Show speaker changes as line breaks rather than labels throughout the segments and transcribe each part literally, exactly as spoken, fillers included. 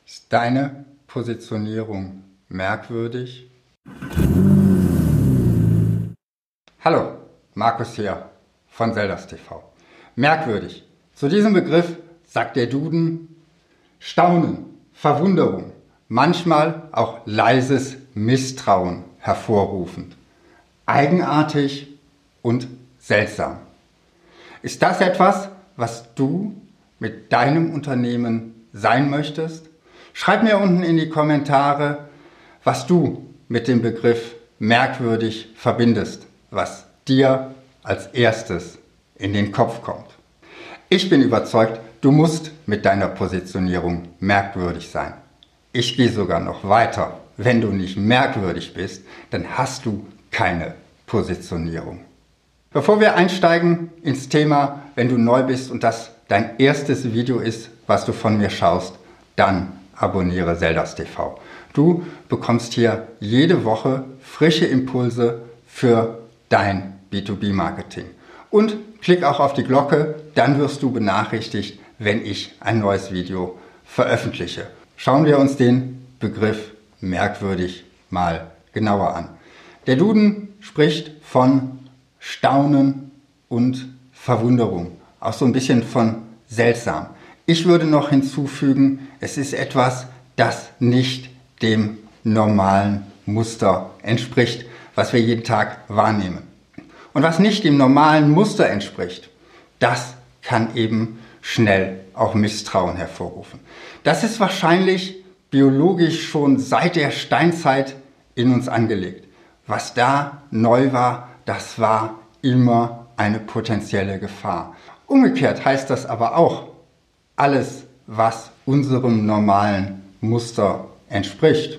Ist deine Positionierung merkwürdig? Hallo, Markus hier von Selders T V. Merkwürdig. Zu diesem Begriff sagt der Duden Staunen, Verwunderung, manchmal auch leises Misstrauen hervorrufend. Eigenartig und seltsam. Ist das etwas, was du mit deinem Unternehmen sein möchtest? Schreib mir unten in die Kommentare, was du mit dem Begriff merkwürdig verbindest, was dir als erstes in den Kopf kommt. Ich bin überzeugt, du musst mit deiner Positionierung merkwürdig sein. Ich gehe sogar noch weiter. Wenn du nicht merkwürdig bist, dann hast du keine Positionierung. Bevor wir einsteigen ins Thema, wenn du neu bist und das dein erstes Video ist, was du von mir schaust, dann abonniere Selders T V. Du bekommst hier jede Woche frische Impulse für dein B zwei B Marketing. Und klick auch auf die Glocke, dann wirst du benachrichtigt, wenn ich ein neues Video veröffentliche. Schauen wir uns den Begriff merkwürdig mal genauer an. Der Duden spricht von Staunen und Verwunderung, auch so ein bisschen von seltsam. Ich würde noch hinzufügen, es ist etwas, das nicht dem normalen Muster entspricht, was wir jeden Tag wahrnehmen. Und was nicht dem normalen Muster entspricht, das kann eben schnell auch Misstrauen hervorrufen. Das ist wahrscheinlich biologisch schon seit der Steinzeit in uns angelegt. Was da neu war, das war immer eine potenzielle Gefahr. Umgekehrt heißt das aber auch, alles, was unserem normalen Muster entspricht,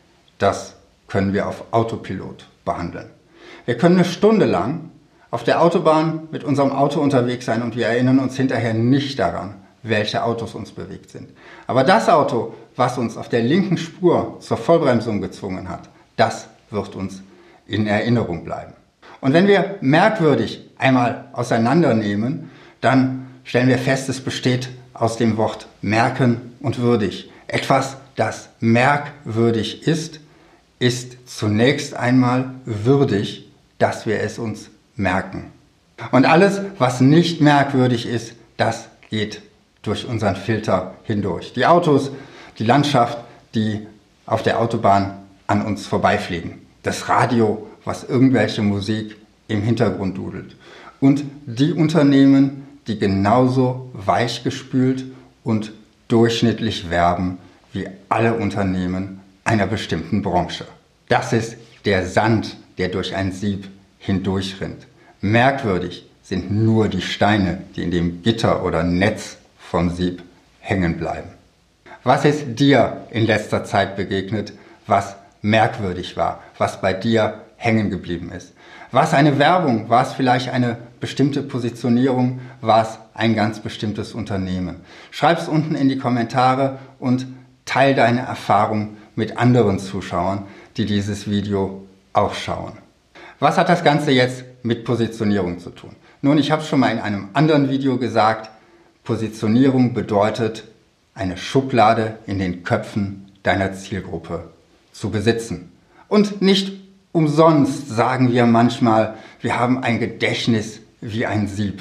das können wir auf Autopilot behandeln. Wir können eine Stunde lang auf der Autobahn mit unserem Auto unterwegs sein und wir erinnern uns hinterher nicht daran, welche Autos uns bewegt sind. Aber das Auto, was uns auf der linken Spur zur Vollbremsung gezwungen hat, das wird uns in Erinnerung bleiben. Und wenn wir merkwürdig einmal auseinandernehmen, dann stellen wir fest, es besteht aus dem Wort merken und würdig. Etwas, das merkwürdig ist, ist zunächst einmal würdig, dass wir es uns merken. Und alles, was nicht merkwürdig ist, das geht durch unseren Filter hindurch. Die Autos, die Landschaft, die auf der Autobahn an uns vorbeifliegen. Das Radio, was irgendwelche Musik im Hintergrund dudelt. Und die Unternehmen, die genauso weichgespült und durchschnittlich werben wie alle Unternehmen einer bestimmten Branche. Das ist der Sand, der durch ein Sieb hindurchrinnt. Merkwürdig sind nur die Steine, die in dem Gitter oder Netz vom Sieb hängen bleiben. Was ist dir in letzter Zeit begegnet, was merkwürdig war, was bei dir hängen geblieben ist? War es eine Werbung? War es vielleicht eine bestimmte Positionierung? War es ein ganz bestimmtes Unternehmen? Schreib es unten in die Kommentare und teile deine Erfahrung mit anderen Zuschauern, die dieses Video auch schauen. Was hat das Ganze jetzt mit Positionierung zu tun? Nun, ich habe es schon mal in einem anderen Video gesagt, Positionierung bedeutet, eine Schublade in den Köpfen deiner Zielgruppe zu besitzen. Und nicht umsonst sagen wir manchmal, wir haben ein Gedächtnis wie ein Sieb.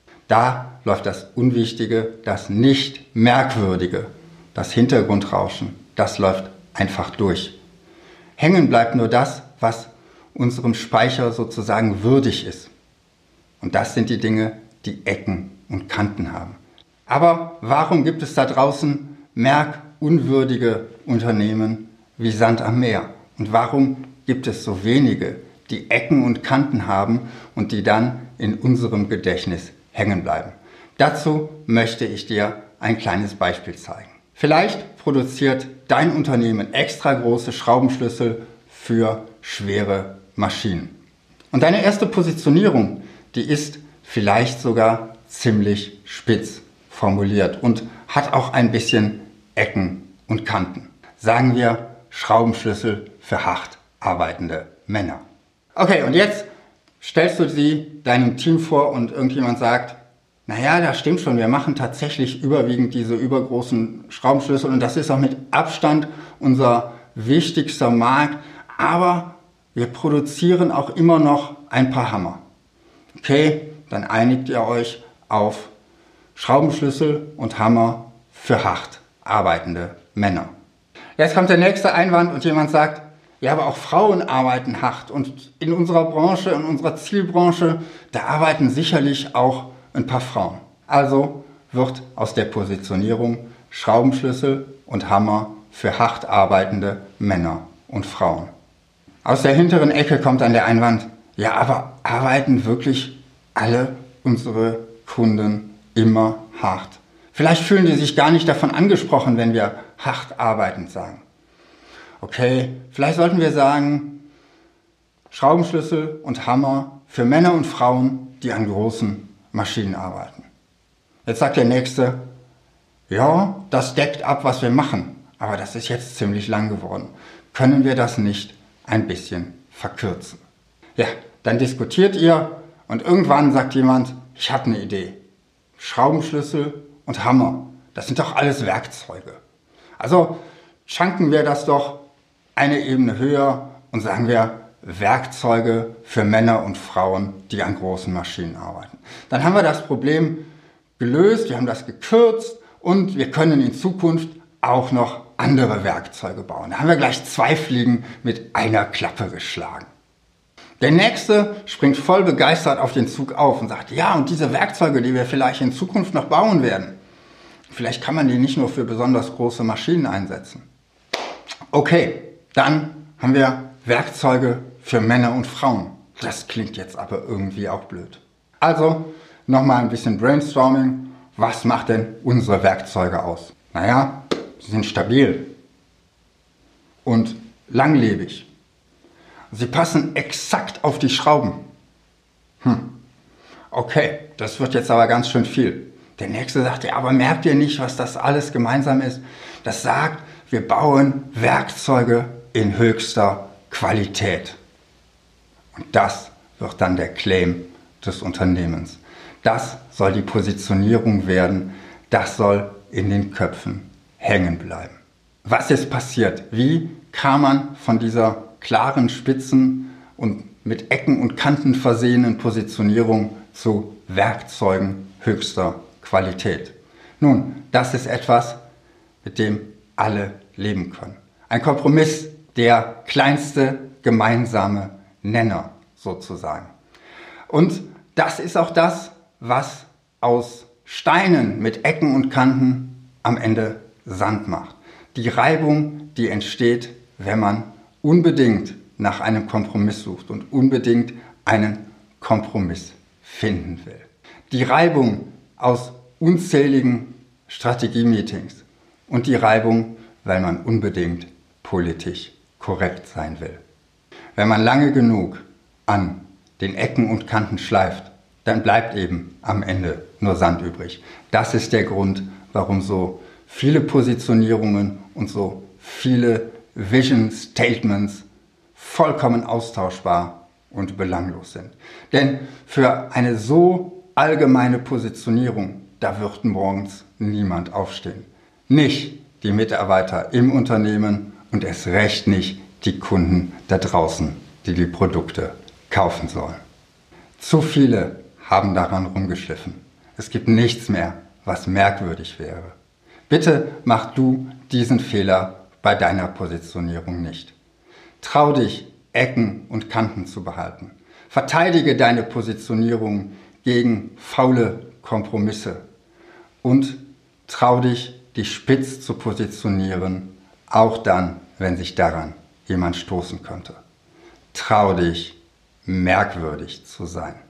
Da läuft das Unwichtige, das nicht Merkwürdige, das Hintergrundrauschen, das läuft einfach durch. Hängen bleibt nur das, was unserem Speicher sozusagen würdig ist. Und das sind die Dinge, die Ecken und Kanten haben. Aber warum gibt es da draußen merkunwürdige Unternehmen wie Sand am Meer? Und warum gibt es so wenige, die Ecken und Kanten haben und die dann in unserem Gedächtnis hängen bleiben? Dazu möchte ich dir ein kleines Beispiel zeigen. Vielleicht produziert dein Unternehmen extra große Schraubenschlüssel für schwere Maschinen. Und deine erste Positionierung, die ist vielleicht sogar ziemlich spitz formuliert und hat auch ein bisschen Ecken und Kanten. Sagen wir Schraubenschlüssel für hart arbeitende Männer. Okay, und jetzt stellst du sie deinem Team vor und irgendjemand sagt, naja, das stimmt schon, wir machen tatsächlich überwiegend diese übergroßen Schraubenschlüssel und das ist auch mit Abstand unser wichtigster Markt, aber wir produzieren auch immer noch ein paar Hammer. Okay, dann einigt ihr euch auf Schraubenschlüssel und Hammer für hart arbeitende Männer. Jetzt kommt der nächste Einwand und jemand sagt, ja, aber auch Frauen arbeiten hart und in unserer Branche, in unserer Zielbranche, da arbeiten sicherlich auch ein paar Frauen. Also wird aus der Positionierung Schraubenschlüssel und Hammer für hart arbeitende Männer und Frauen. Aus der hinteren Ecke kommt dann der Einwand, ja, aber arbeiten wirklich alle unsere Kunden immer hart? Vielleicht fühlen die sich gar nicht davon angesprochen, wenn wir hart arbeitend sagen. Okay, vielleicht sollten wir sagen, Schraubenschlüssel und Hammer für Männer und Frauen, die an großen Maschinen arbeiten. Jetzt sagt der Nächste, ja, das deckt ab, was wir machen, aber das ist jetzt ziemlich lang geworden. Können wir das nicht ein bisschen verkürzen? Ja, dann diskutiert ihr und irgendwann sagt jemand, ich habe eine Idee. Schraubenschlüssel und Hammer, das sind doch alles Werkzeuge. Also schranken wir das doch eine Ebene höher und sagen wir Werkzeuge für Männer und Frauen, die an großen Maschinen arbeiten. Dann haben wir das Problem gelöst, wir haben das gekürzt und wir können in Zukunft auch noch andere Werkzeuge bauen. Da haben wir gleich zwei Fliegen mit einer Klappe geschlagen. Der Nächste springt voll begeistert auf den Zug auf und sagt, ja, und diese Werkzeuge, die wir vielleicht in Zukunft noch bauen werden, vielleicht kann man die nicht nur für besonders große Maschinen einsetzen. Okay, dann haben wir Werkzeuge für Männer und Frauen. Das klingt jetzt aber irgendwie auch blöd. Also nochmal ein bisschen Brainstorming. Was macht denn unsere Werkzeuge aus? Naja, sie sind stabil und langlebig. Sie passen exakt auf die Schrauben. Hm. Okay, das wird jetzt aber ganz schön viel. Der Nächste sagt, ja, aber merkt ihr nicht, was das alles gemeinsam ist? Das sagt, wir bauen Werkzeuge in höchster Qualität. Und das wird dann der Claim des Unternehmens. Das soll die Positionierung werden. Das soll in den Köpfen hängen bleiben. Was ist passiert? Wie kam man von dieser klaren Spitzen und mit Ecken und Kanten versehenen Positionierung zu Werkzeugen höchster Qualität? Nun, das ist etwas, mit dem alle leben können. Ein Kompromiss, der kleinste gemeinsame Nenner sozusagen. Und das ist auch das, was aus Steinen mit Ecken und Kanten am Ende Sand macht. Die Reibung, die entsteht, wenn man unbedingt nach einem Kompromiss sucht und unbedingt einen Kompromiss finden will. Die Reibung aus unzähligen Strategie-Meetings und die Reibung, weil man unbedingt politisch korrekt sein will. Wenn man lange genug an den Ecken und Kanten schleift, dann bleibt eben am Ende nur Sand übrig. Das ist der Grund, warum so viele Positionierungen und so viele Vision Statements vollkommen austauschbar und belanglos sind. Denn für eine so allgemeine Positionierung, da wird morgens niemand aufstehen. Nicht die Mitarbeiter im Unternehmen und erst recht nicht die Kunden da draußen, die die Produkte kaufen sollen. Zu viele haben daran rumgeschliffen. Es gibt nichts mehr, was merkwürdig wäre. Bitte mach du diesen Fehler bei deiner Positionierung nicht. Trau dich, Ecken und Kanten zu behalten. Verteidige deine Positionierung gegen faule Kompromisse und trau dich, dich spitz zu positionieren, auch dann, wenn sich daran jemand stoßen könnte. Trau dich, merkwürdig zu sein.